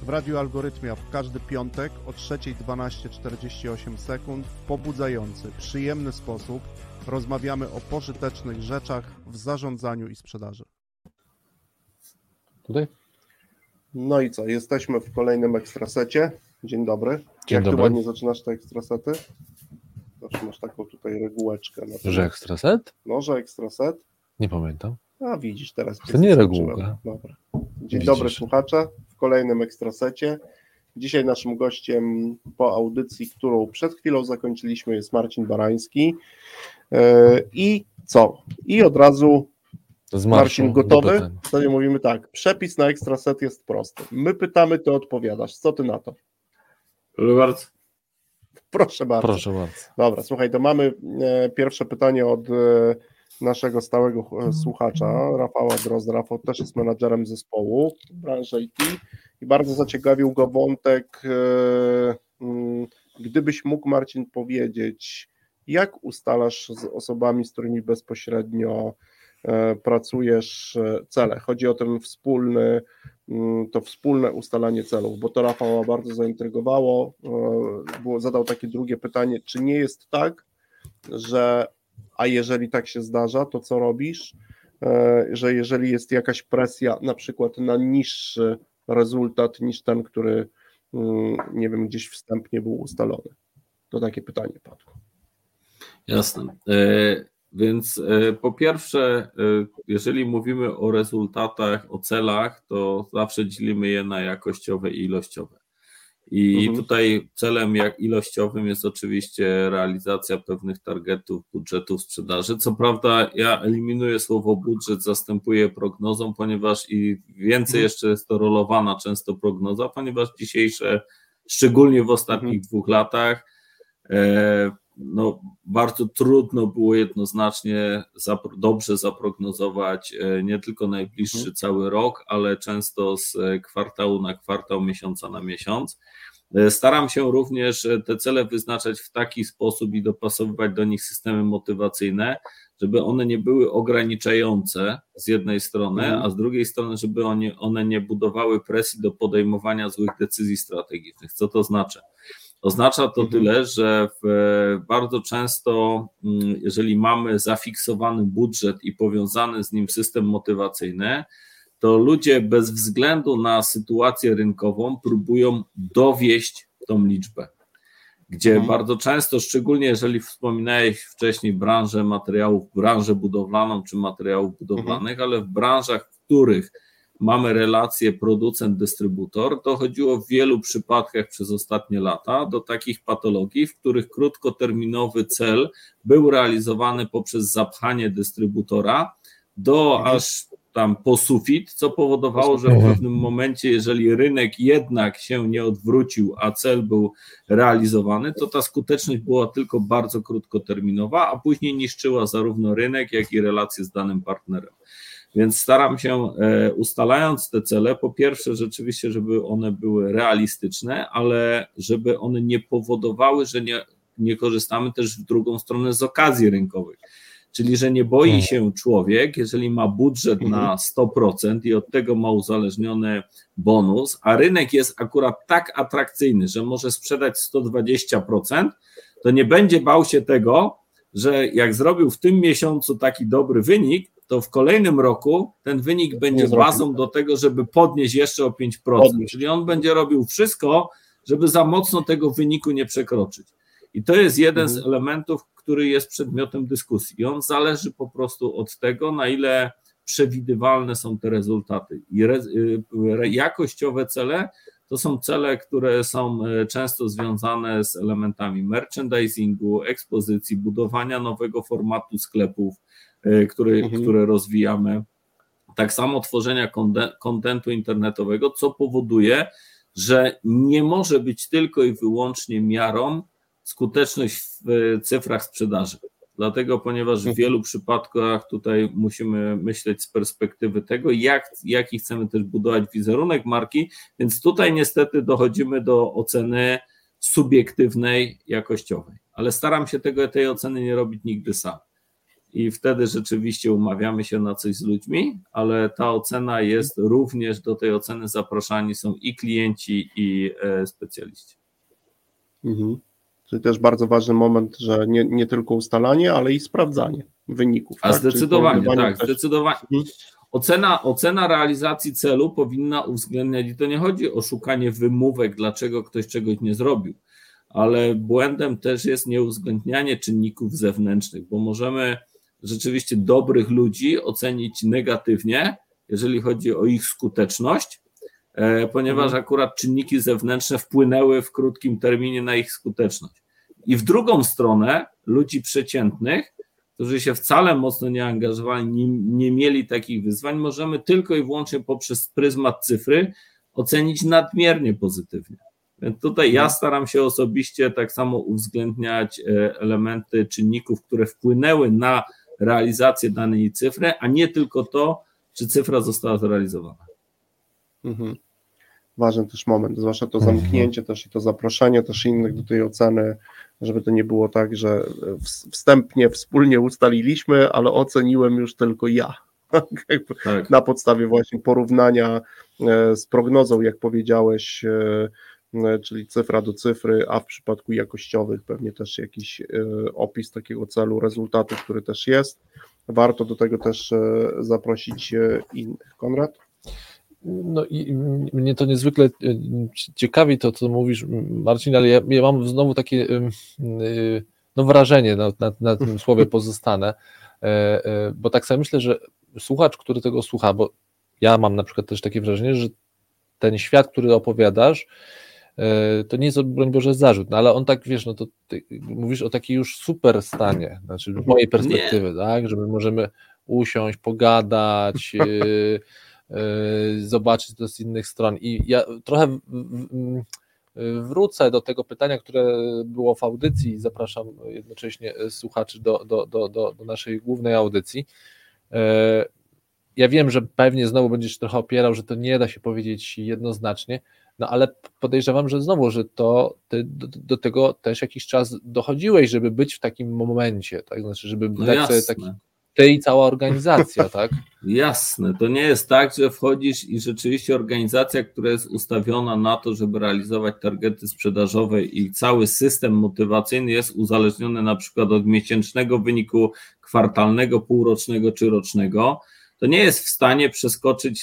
W Radiu Algorytmia w każdy piątek o 3:12:48 w pobudzający, przyjemny sposób rozmawiamy o pożytecznych rzeczach w zarządzaniu i sprzedaży. Tutaj? No i co, jesteśmy w kolejnym ekstrasecie. Dzień dobry. Dzień dobry. Ty ładnie zaczynasz te ekstrasety? Zawsze masz taką tutaj regułeczkę. Że ekstraset? No, że ekstraset. Nie pamiętam. A widzisz, teraz To nie regułka. Dobra. Dzień dobry słuchacze w kolejnym ekstrasecie. Dzisiaj naszym gościem po audycji, którą przed chwilą zakończyliśmy, jest Marcin Barański. I co? I od razu Marcin gotowy? Wtedy mówimy tak, przepis na ekstraset jest prosty. My pytamy, ty odpowiadasz. Co ty na to? Proszę bardzo. Proszę bardzo. Dobra, słuchaj, to mamy pierwsze pytanie od naszego stałego słuchacza, Rafała Drozda. Rafał też jest menadżerem zespołu w branży IT i bardzo zaciekawił go wątek, gdybyś mógł, Marcin, powiedzieć, jak ustalasz z osobami, z którymi bezpośrednio pracujesz, cele. Chodzi o ten wspólne ustalanie celów, bo to Rafała bardzo zaintrygowało, zadał takie drugie pytanie, czy nie jest tak, że a jeżeli tak się zdarza, to co robisz, że jeżeli jest jakaś presja na przykład na niższy rezultat niż ten, który nie wiem, gdzieś wstępnie był ustalony. To takie pytanie padło. Jasne. Więc po pierwsze, jeżeli mówimy o rezultatach, o celach, to zawsze dzielimy je na jakościowe i ilościowe. I tutaj celem jak ilościowym jest oczywiście realizacja pewnych targetów, budżetów sprzedaży. Co prawda ja eliminuję słowo budżet, zastępuję prognozą, ponieważ i więcej jeszcze jest to rolowana często prognoza, ponieważ dzisiejsze, szczególnie w ostatnich 2 latach, no, bardzo trudno było jednoznacznie dobrze zaprognozować nie tylko najbliższy cały rok, ale często z kwartału na kwartał, miesiąca na miesiąc. Staram się również te cele wyznaczać w taki sposób i dopasowywać do nich systemy motywacyjne, żeby one nie były ograniczające z jednej strony, a z drugiej strony, żeby one nie budowały presji do podejmowania złych decyzji strategicznych. Co to znaczy? Oznacza to tyle, że bardzo często, jeżeli mamy zafiksowany budżet i powiązany z nim system motywacyjny, to ludzie bez względu na sytuację rynkową próbują dowieść tą liczbę. Gdzie bardzo często, szczególnie jeżeli wspominałeś wcześniej branżę materiałów, branżę budowlaną czy materiałów budowlanych, ale w branżach, w których mamy relację producent-dystrybutor, dochodziło w wielu przypadkach przez ostatnie lata do takich patologii, w których krótkoterminowy cel był realizowany poprzez zapchanie dystrybutora aż tam po sufit, co powodowało, że w pewnym momencie, jeżeli rynek jednak się nie odwrócił, a cel był realizowany, to ta skuteczność była tylko bardzo krótkoterminowa, a później niszczyła zarówno rynek, jak i relacje z danym partnerem. Więc staram się, ustalając te cele, po pierwsze rzeczywiście, żeby one były realistyczne, ale żeby one nie powodowały, że nie korzystamy też w drugą stronę z okazji rynkowych. Czyli, że nie boi się człowiek, jeżeli ma budżet na 100% i od tego ma uzależniony bonus, a rynek jest akurat tak atrakcyjny, że może sprzedać 120%, to nie będzie bał się tego, że jak zrobił w tym miesiącu taki dobry wynik, to w kolejnym roku ten wynik będzie bazą do tego, żeby podnieść jeszcze o 5%. Czyli on będzie robił wszystko, żeby za mocno tego wyniku nie przekroczyć. I to jest jeden z elementów, który jest przedmiotem dyskusji. I on zależy po prostu od tego, na ile przewidywalne są te rezultaty. I jakościowe cele to są cele, które są często związane z elementami merchandisingu, ekspozycji, budowania nowego formatu sklepów, które rozwijamy. Tak samo tworzenia kontentu internetowego, co powoduje, że nie może być tylko i wyłącznie miarą skuteczność w cyfrach sprzedaży. Dlatego, ponieważ w wielu przypadkach tutaj musimy myśleć z perspektywy tego, jaki chcemy też budować wizerunek marki, więc tutaj niestety dochodzimy do oceny subiektywnej, jakościowej. Ale staram się tej oceny nie robić nigdy sam. i wtedy rzeczywiście umawiamy się na coś z ludźmi, ale ta ocena jest również, do tej oceny zapraszani są i klienci, i specjaliści. Czyli też bardzo ważny moment, że nie tylko ustalanie, ale i sprawdzanie wyników. A tak? Zdecydowanie, tak, też... zdecydowanie. Ocena realizacji celu powinna uwzględniać, i to nie chodzi o szukanie wymówek, dlaczego ktoś czegoś nie zrobił, ale błędem też jest nieuwzględnianie czynników zewnętrznych, bo możemy rzeczywiście dobrych ludzi ocenić negatywnie, jeżeli chodzi o ich skuteczność, ponieważ akurat czynniki zewnętrzne wpłynęły w krótkim terminie na ich skuteczność. I w drugą stronę ludzi przeciętnych, którzy się wcale mocno nie angażowali, nie mieli takich wyzwań, możemy tylko i wyłącznie poprzez pryzmat cyfry ocenić nadmiernie pozytywnie. Więc tutaj ja staram się osobiście tak samo uwzględniać elementy czynników, które wpłynęły na realizację danej cyfry, a nie tylko to, czy cyfra została zrealizowana. Ważny też moment, zwłaszcza to zamknięcie też i to zaproszenie też innych do tej oceny, żeby to nie było tak, że wstępnie wspólnie ustaliliśmy, ale oceniłem już tylko ja. Tak. Na podstawie właśnie porównania z prognozą, jak powiedziałeś, czyli cyfra do cyfry, a w przypadku jakościowych pewnie też jakiś opis takiego celu, rezultatu, który też jest. Warto do tego też zaprosić innych. Konrad? No i mnie to niezwykle ciekawi to, co mówisz, Marcin, ale ja mam znowu takie wrażenie, na tym słowie pozostanę, bo tak sobie myślę, że słuchacz, który tego słucha, bo ja mam na przykład też takie wrażenie, że ten świat, który opowiadasz, to nie jest, broń Boże, zarzut, no ale on tak, wiesz, no to ty mówisz o takiej już super stanie, znaczy z mojej perspektywy, tak, że my możemy usiąść, pogadać, zobaczyć to z innych stron. I ja trochę wrócę do tego pytania, które było w audycji i zapraszam jednocześnie słuchaczy do naszej głównej audycji. Ja wiem, że pewnie znowu będziesz trochę opierał, że to nie da się powiedzieć jednoznacznie, no ale podejrzewam, że znowu, że to ty do tego też jakiś czas dochodziłeś, żeby być w takim momencie, tak? Znaczy, żeby dać sobie taki ty i cała organizacja, tak? Jasne, to nie jest tak, że wchodzisz i rzeczywiście organizacja, która jest ustawiona na to, żeby realizować targety sprzedażowe i cały system motywacyjny jest uzależniony na przykład od miesięcznego wyniku, kwartalnego, półrocznego czy rocznego, to nie jest w stanie przeskoczyć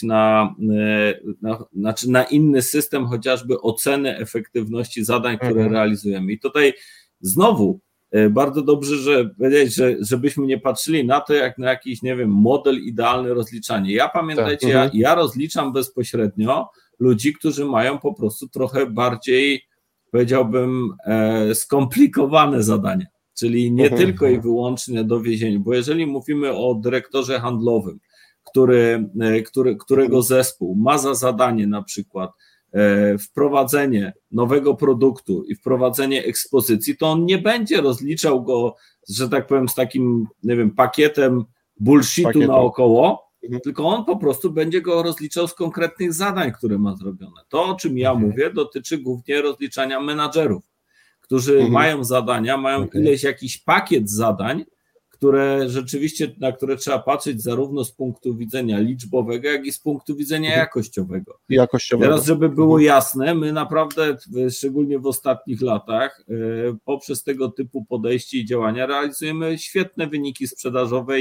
na inny system, chociażby oceny efektywności zadań, które realizujemy. I tutaj znowu bardzo dobrze, żebyśmy nie patrzyli na to, jak na jakiś, nie wiem, model idealny rozliczania. Pamiętajcie, ja rozliczam bezpośrednio ludzi, którzy mają po prostu trochę bardziej, powiedziałbym, skomplikowane zadania, czyli nie tylko i wyłącznie dowiezienie, bo jeżeli mówimy o dyrektorze handlowym, którego zespół ma za zadanie na przykład wprowadzenie nowego produktu i wprowadzenie ekspozycji, to on nie będzie rozliczał go, że tak powiem, z takim, nie wiem, pakietem bullshitu naokoło, tylko on po prostu będzie go rozliczał z konkretnych zadań, które ma zrobione. To, o czym ja mówię, dotyczy głównie rozliczania menadżerów, którzy mają zadania, mają ileś jakiś pakiet zadań, które rzeczywiście, na które trzeba patrzeć zarówno z punktu widzenia liczbowego, jak i z punktu widzenia jakościowego. Teraz, żeby było jasne, my naprawdę, szczególnie w ostatnich latach, poprzez tego typu podejście i działania realizujemy świetne wyniki sprzedażowe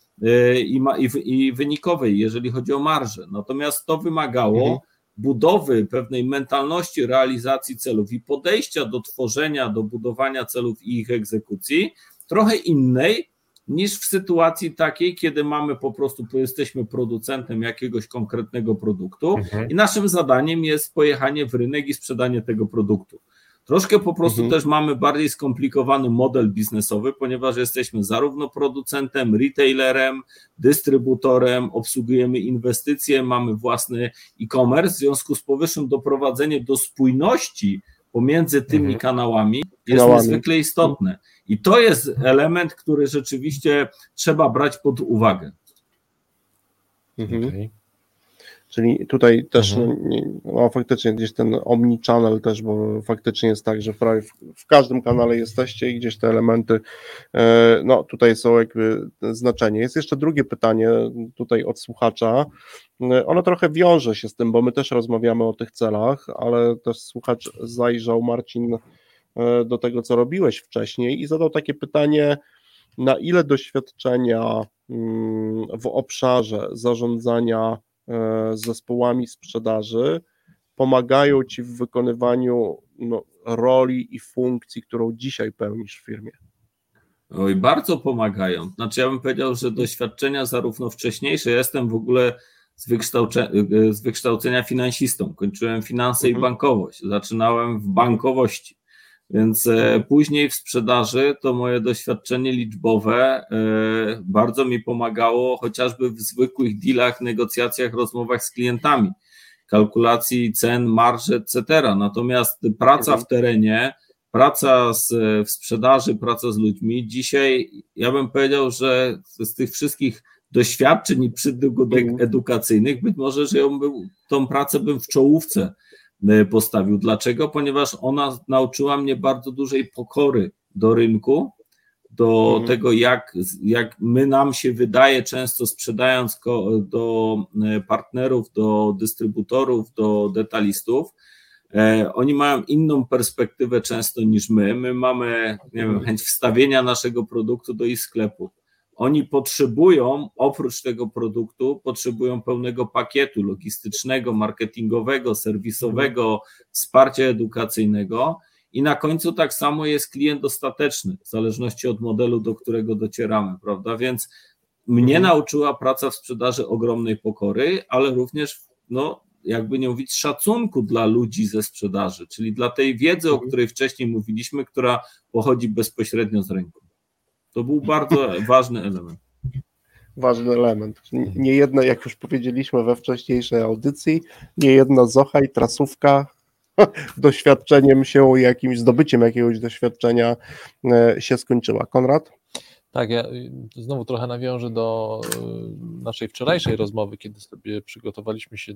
i wynikowe, jeżeli chodzi o marżę. Natomiast to wymagało budowy pewnej mentalności realizacji celów i podejścia do tworzenia, do budowania celów i ich egzekucji trochę innej, niż w sytuacji takiej, kiedy mamy po prostu, jesteśmy producentem jakiegoś konkretnego produktu i naszym zadaniem jest pojechanie w rynek i sprzedanie tego produktu. Troszkę po prostu też mamy bardziej skomplikowany model biznesowy, ponieważ jesteśmy zarówno producentem, retailerem, dystrybutorem, obsługujemy inwestycje, mamy własny e-commerce, w związku z powyższym doprowadzenie do spójności pomiędzy tymi kanałami jest niezwykle istotne. I to jest element, który rzeczywiście trzeba brać pod uwagę. Czyli tutaj też faktycznie gdzieś ten omnichannel też, bo faktycznie jest tak, że w każdym kanale jesteście i gdzieś te elementy, no tutaj są jakby znaczenie. Jest jeszcze drugie pytanie tutaj od słuchacza. Ono trochę wiąże się z tym, bo my też rozmawiamy o tych celach, ale też słuchacz zajrzał, Marcin, do tego, co robiłeś wcześniej i zadał takie pytanie, na ile doświadczenia w obszarze zarządzania zespołami sprzedaży pomagają Ci w wykonywaniu roli i funkcji, którą dzisiaj pełnisz w firmie? Oj, bardzo pomagają. Znaczy ja bym powiedział, że doświadczenia zarówno wcześniejsze, ja jestem w ogóle z wykształcenia finansistą, kończyłem finanse i bankowość, zaczynałem w bankowości, więc później w sprzedaży to moje doświadczenie liczbowe bardzo mi pomagało chociażby w zwykłych dealach, negocjacjach, rozmowach z klientami, kalkulacji cen, marży, etc. Natomiast praca w terenie, praca w sprzedaży, praca z ludźmi, dzisiaj ja bym powiedział, że z tych wszystkich doświadczeń i przydróg edukacyjnych być może, że tą pracę bym w czołówce postawił. Dlaczego? Ponieważ ona nauczyła mnie bardzo dużej pokory do rynku, do tego, jak nam się wydaje, często sprzedając do partnerów, do dystrybutorów, do detalistów. Oni mają inną perspektywę często niż my. My mamy, nie wiem, chęć wstawienia naszego produktu do ich sklepu. Oni potrzebują, oprócz tego produktu, potrzebują pełnego pakietu logistycznego, marketingowego, serwisowego, wsparcia edukacyjnego i na końcu tak samo jest klient ostateczny, w zależności od modelu, do którego docieramy, prawda? Więc mnie nauczyła praca w sprzedaży ogromnej pokory, ale również, jakby nie mówić, szacunku dla ludzi ze sprzedaży, czyli dla tej wiedzy, o której wcześniej mówiliśmy, która pochodzi bezpośrednio z rynku. To był bardzo ważny element. Ważny element. Nie jedna, jak już powiedzieliśmy we wcześniejszej audycji, nie jedna zocha i trasówka doświadczeniem się, zdobyciem jakiegoś doświadczenia się skończyła. Konrad? Tak, ja znowu trochę nawiążę do naszej wczorajszej rozmowy, kiedy sobie przygotowaliśmy się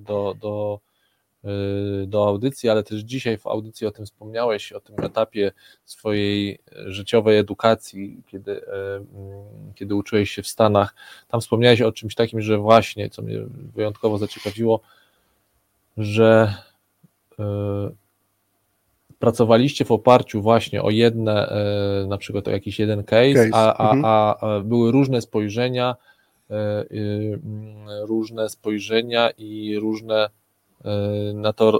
do audycji, ale też dzisiaj w audycji o tym wspomniałeś, o tym etapie swojej życiowej edukacji, kiedy uczyłeś się w Stanach. Tam wspomniałeś o czymś takim, że właśnie, co mnie wyjątkowo zaciekawiło, że pracowaliście w oparciu właśnie o na przykład o jakiś jeden case, a były różne spojrzenia i różne na to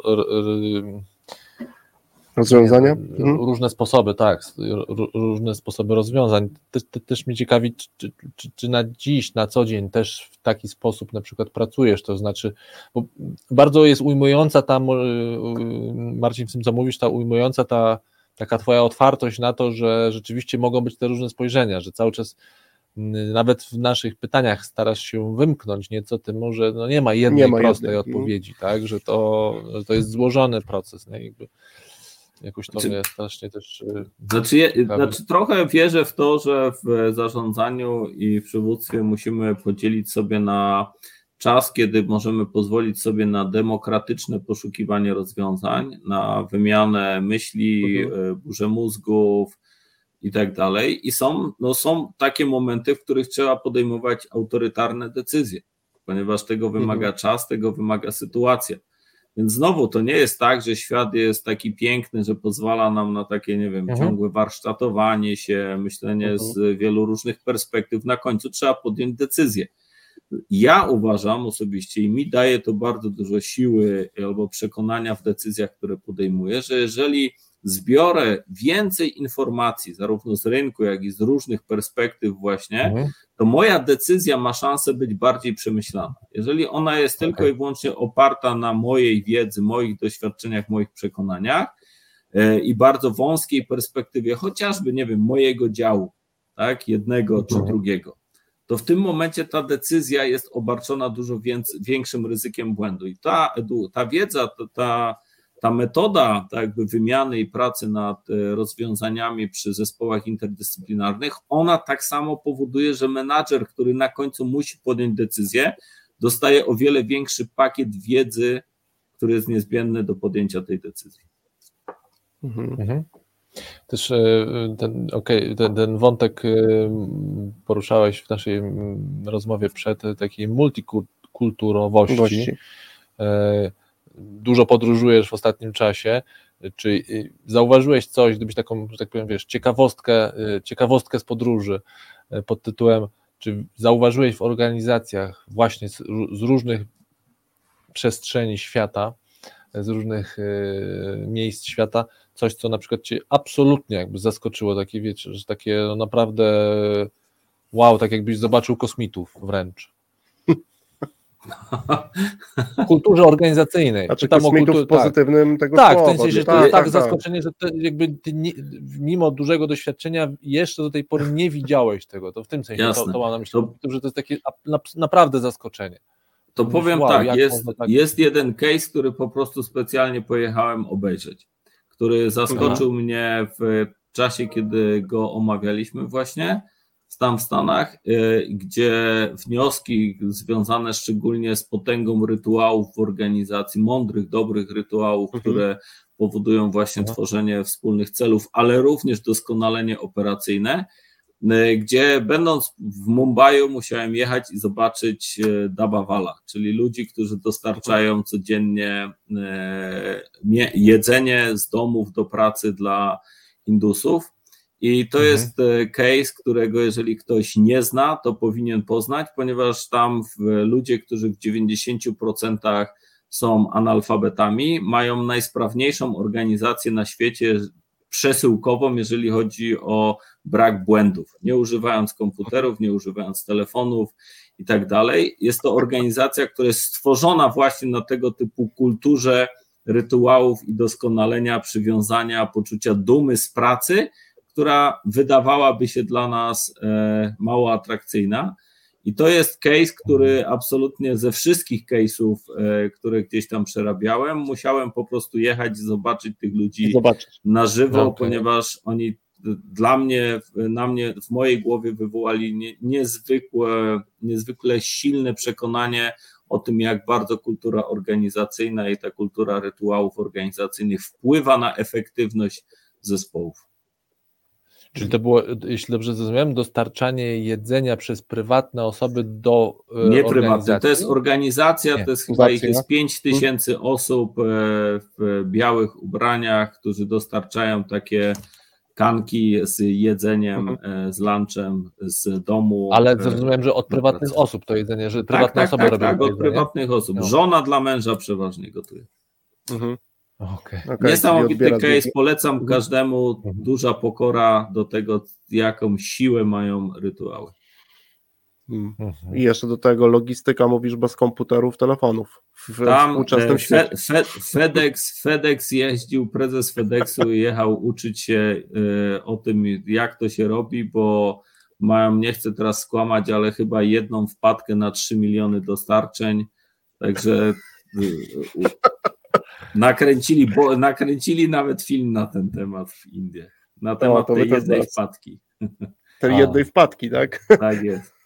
rozwiązania? Różne sposoby, tak, różne sposoby rozwiązań. Też mnie ciekawi, czy na dziś, na co dzień też w taki sposób na przykład pracujesz, to znaczy, bo bardzo jest ujmująca Marcin, w tym co mówisz, taka twoja otwartość na to, że rzeczywiście mogą być te różne spojrzenia, że cały czas nawet w naszych pytaniach starasz się wymknąć nieco temu, że nie ma jednej prostej odpowiedzi, tak, że to jest złożony proces, nie? Jakoś to mnie strasznie też... Znaczy trochę wierzę w to, że w zarządzaniu i w przywództwie musimy podzielić sobie na czas, kiedy możemy pozwolić sobie na demokratyczne poszukiwanie rozwiązań, na wymianę myśli, burzę mózgów i tak dalej. I są takie momenty, w których trzeba podejmować autorytarne decyzje, ponieważ tego wymaga czas, tego wymaga sytuacja. Więc znowu to nie jest tak, że świat jest taki piękny, że pozwala nam na takie, nie wiem, ciągłe warsztatowanie się, myślenie z wielu różnych perspektyw. Na końcu trzeba podjąć decyzję. Ja uważam osobiście i mi daje to bardzo dużo siły albo przekonania w decyzjach, które podejmuję, że jeżeli zbiorę więcej informacji, zarówno z rynku, jak i z różnych perspektyw właśnie, to moja decyzja ma szansę być bardziej przemyślana. Jeżeli ona jest tylko i wyłącznie oparta na mojej wiedzy, moich doświadczeniach, moich przekonaniach i bardzo wąskiej perspektywie, chociażby, nie wiem, mojego działu, tak, jednego czy drugiego, to w tym momencie ta decyzja jest obarczona dużo większym ryzykiem błędu. I ta wiedza, ta metoda tak jakby wymiany i pracy nad rozwiązaniami przy zespołach interdyscyplinarnych, ona tak samo powoduje, że menadżer, który na końcu musi podjąć decyzję, dostaje o wiele większy pakiet wiedzy, który jest niezbędny do podjęcia tej decyzji. Też ten wątek poruszałeś w naszej rozmowie przed takiej multikulturowości. Dużo podróżujesz w ostatnim czasie. Czy zauważyłeś coś, gdybyś taką, że tak powiem, wiesz, ciekawostkę z podróży pod tytułem, czy zauważyłeś w organizacjach właśnie z różnych przestrzeni świata, z różnych miejsc świata, coś, co na przykład cię absolutnie jakby zaskoczyło, takie wiecie, że takie no naprawdę wow, tak jakbyś zobaczył kosmitów wręcz. W kulturze organizacyjnej. Znaczy kosmitów w pozytywnym tego słowa. Tak, w sensie, że to jest tak zaskoczenie, że to jakby ty mimo dużego doświadczenia jeszcze do tej pory nie widziałeś tego. To w tym sensie to mam na myśli, że to jest takie naprawdę zaskoczenie. To powiem wow, tak, jest jeden case, który po prostu specjalnie pojechałem obejrzeć, który zaskoczył mnie w czasie, kiedy go omawialiśmy właśnie tam w Stanach, gdzie wnioski związane szczególnie z potęgą rytuałów w organizacji, mądrych, dobrych rytuałów, które powodują właśnie tworzenie wspólnych celów, ale również doskonalenie operacyjne, gdzie będąc w Mumbaiu musiałem jechać i zobaczyć Dabawala, czyli ludzi, którzy dostarczają codziennie jedzenie z domów do pracy dla Hindusów. I to jest case, którego jeżeli ktoś nie zna, to powinien poznać, ponieważ tam ludzie, którzy w 90% są analfabetami, mają najsprawniejszą organizację na świecie przesyłkową, jeżeli chodzi o brak błędów, nie używając komputerów, nie używając telefonów i tak dalej. Jest to organizacja, która jest stworzona właśnie na tego typu kulturze rytuałów i doskonalenia, przywiązania, poczucia dumy z pracy, która wydawałaby się dla nas mało atrakcyjna. I to jest case, który absolutnie ze wszystkich case'ów, które gdzieś tam przerabiałem, musiałem po prostu jechać i zobaczyć tych ludzi na żywo, ponieważ oni w mojej głowie wywołali niezwykle silne przekonanie o tym, jak bardzo kultura organizacyjna i ta kultura rytuałów organizacyjnych wpływa na efektywność zespołów. Czyli to było, jeśli dobrze zrozumiałem, dostarczanie jedzenia przez prywatne osoby do prywatne, to jest organizacja, to jest chyba ich jest 5000 osób w białych ubraniach, którzy dostarczają takie kanki z jedzeniem, z lunchem z domu. Ale zrozumiałem, że od prywatnych osób to jedzenie, że prywatne osoby robią Tak, od prywatnych osób. Żona dla męża przeważnie gotuje. Okay. Niesamowity case, polecam każdemu, duża pokora do tego, jaką siłę mają rytuały. I jeszcze do tego logistyka, mówisz, bez komputerów, telefonów w współczesnym świecie. FedEx jeździł, prezes FedExu jechał uczyć się o tym, jak to się robi, bo mają, nie chcę teraz skłamać, ale chyba jedną wpadkę na 3 miliony dostarczeń, także nakręcili nawet film na ten temat w Indiach, na temat tej jednej wpadki. Tej jednej wpadki, tak? Tak jest.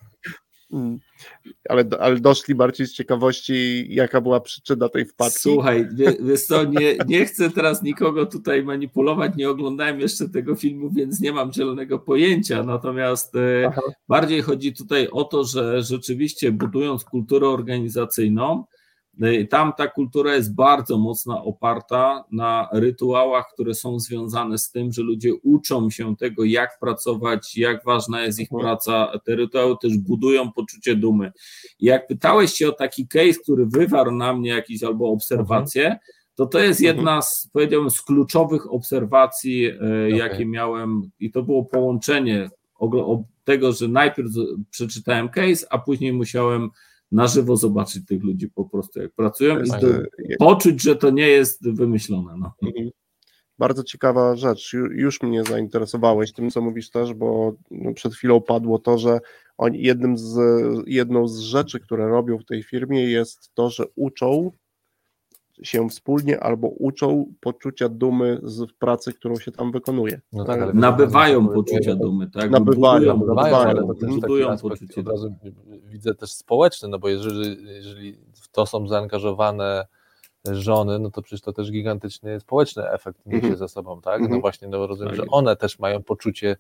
Ale doszli bardziej z ciekawości, jaka była przyczyna tej wpadki. Słuchaj, wiesz co, nie chcę teraz nikogo tutaj manipulować, nie oglądałem jeszcze tego filmu, więc nie mam zielonego pojęcia, natomiast bardziej chodzi tutaj o to, że rzeczywiście budując kulturę organizacyjną, tam ta kultura jest bardzo mocno oparta na rytuałach, które są związane z tym, że ludzie uczą się tego, jak pracować, jak ważna jest ich praca. Te rytuały też budują poczucie dumy. I jak pytałeś się o taki case, który wywarł na mnie jakiś albo obserwację, to jest jedna z, powiedziałbym, z kluczowych obserwacji, jakie miałem, i to było połączenie tego, że najpierw przeczytałem case, a później musiałem na żywo zobaczyć tych ludzi po prostu, jak pracują i poczuć, że to nie jest wymyślone. Bardzo ciekawa rzecz. Już mnie zainteresowałeś tym, co mówisz też, bo przed chwilą padło to, że oni jedną z rzeczy, które robią w tej firmie, jest to, że uczą się wspólnie albo uczą poczucia dumy z pracy, którą się tam wykonuje. No tak, ale nabywają poczucia dumy, tak? Nabywają, ale to też budują taki aspekt, poczucie od razu widzę też społeczny, no bo jeżeli w to są zaangażowane żony, no to przecież to też gigantyczny społeczny efekt niesie za sobą, tak? No właśnie, no rozumiem, że one też mają poczucie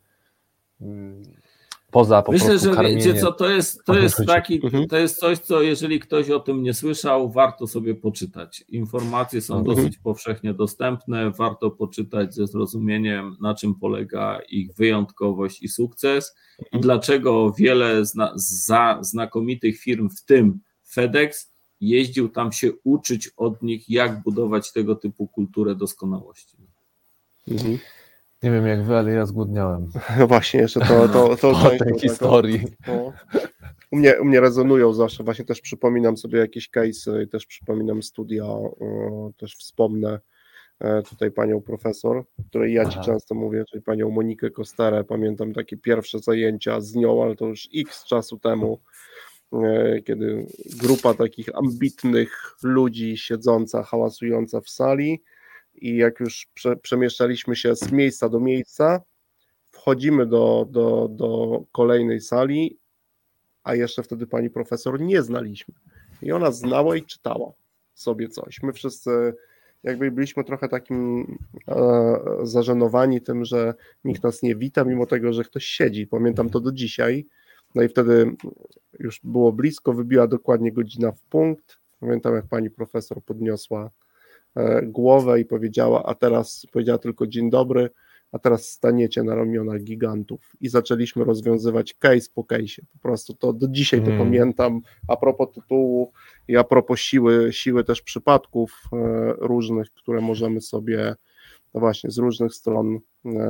poza po Myślę, prostu że karmieniem. wiecie co, to jest coś, co jeżeli ktoś o tym nie słyszał, warto sobie poczytać. Informacje są dosyć powszechnie dostępne, warto poczytać ze zrozumieniem, na czym polega ich wyjątkowość i sukces i dlaczego wiele znakomitych firm, w tym FedEx, jeździł tam się uczyć od nich, jak budować tego typu kulturę doskonałości. Nie wiem jak wy, ale ja zgłodniałem. Właśnie, jeszcze to po tej historii. U mnie rezonują zawsze, właśnie też przypominam sobie jakieś case'y, też przypominam studia, też wspomnę tutaj panią profesor, której ja ci często mówię, czyli panią Monikę Kosterę. Pamiętam takie pierwsze zajęcia z nią, ale to już x czasu temu, kiedy grupa takich ambitnych ludzi siedząca, hałasująca w sali i jak już przemieszczaliśmy się z miejsca do miejsca, wchodzimy do kolejnej sali, a jeszcze wtedy pani profesor nie znaliśmy. I ona znała i czytała sobie coś. My wszyscy jakby byliśmy trochę takim zażenowani tym, że nikt nas nie wita, mimo tego, że ktoś siedzi. Pamiętam to do dzisiaj. No i wtedy już było blisko, wybiła dokładnie godzina w punkt. Pamiętam, jak pani profesor podniosła głowę i powiedziała tylko dzień dobry, a teraz staniecie na ramionach gigantów. I zaczęliśmy rozwiązywać case po case'ie. Po prostu to do dzisiaj to pamiętam. A propos tytułu i a propos siły też przypadków różnych, które możemy sobie no właśnie z różnych stron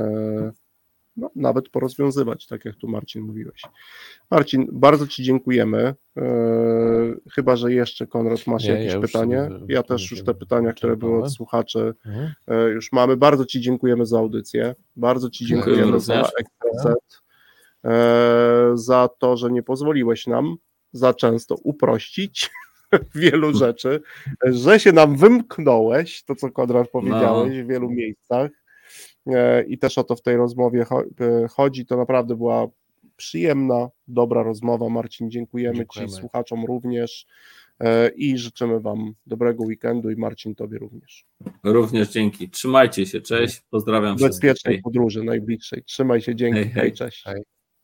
nawet porozwiązywać, tak jak tu Marcin mówiłeś. Marcin, bardzo ci dziękujemy. Chyba że jeszcze Konrad masz jakieś pytanie. Ja też już te pytania, które były od słuchaczy już mamy. Bardzo ci dziękujemy za audycję. Bardzo ci dziękujemy za ekspert, za to, że nie pozwoliłeś nam za często uprościć wielu rzeczy, że się nam wymknąłeś, to co Konrad powiedziałeś w wielu miejscach. I też o to w tej rozmowie chodzi. To naprawdę była przyjemna, dobra rozmowa. Marcin, dziękujemy ci, słuchaczom również i życzymy wam dobrego weekendu i Marcin, tobie również. Również dzięki. Trzymajcie się, cześć, pozdrawiam wszystkich. Bezpiecznej podróży najbliższej. Trzymaj się, dzięki, hej, cześć. Hej.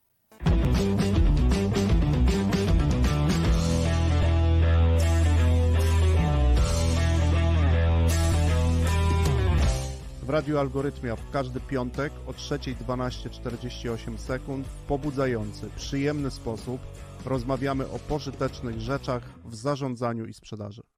W Radiu Algorytmia w każdy piątek o 3:12:48 sekund w pobudzający, przyjemny sposób rozmawiamy o pożytecznych rzeczach w zarządzaniu i sprzedaży.